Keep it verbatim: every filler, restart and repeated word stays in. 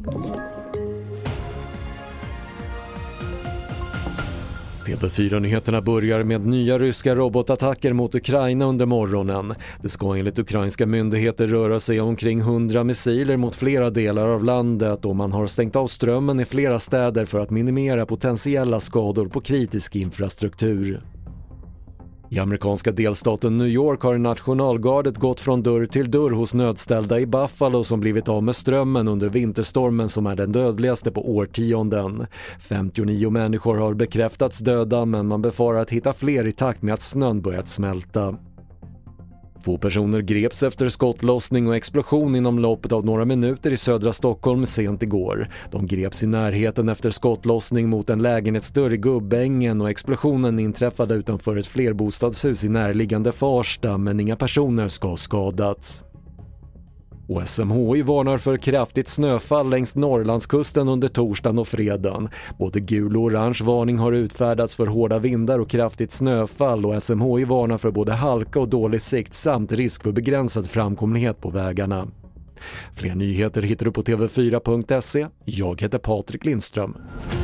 T V fyra-nyheterna börjar med nya ryska robotattacker mot Ukraina under morgonen. Det ska enligt ukrainska myndigheter röra sig om omkring hundra missiler mot flera delar av landet och man har stängt av strömmen i flera städer för att minimera potentiella skador på kritisk infrastruktur. I amerikanska delstaten New York har nationalgardet gått från dörr till dörr hos nödställda i Buffalo som blivit av med strömmen under vinterstormen som är den dödligaste på årtionden. femtionio människor har bekräftats döda men man befarar att hitta fler i takt med att snön börjat smälta. Två personer greps efter skottlossning och explosion inom loppet av några minuter i södra Stockholm sent igår. De greps i närheten efter skottlossning mot en lägenhetsdörr i Gubbängen och explosionen inträffade utanför ett flerbostadshus i närliggande Farsta men inga personer ska ha skadats. Och S M H I varnar för kraftigt snöfall längs Norrlandskusten under torsdagen och fredagen. Både gul och orange varning har utfärdats för hårda vindar och kraftigt snöfall och S M H I varnar för både halka och dålig sikt samt risk för begränsad framkomlighet på vägarna. Fler nyheter hittar du på t v fyra punkt se. Jag heter Patrik Lindström.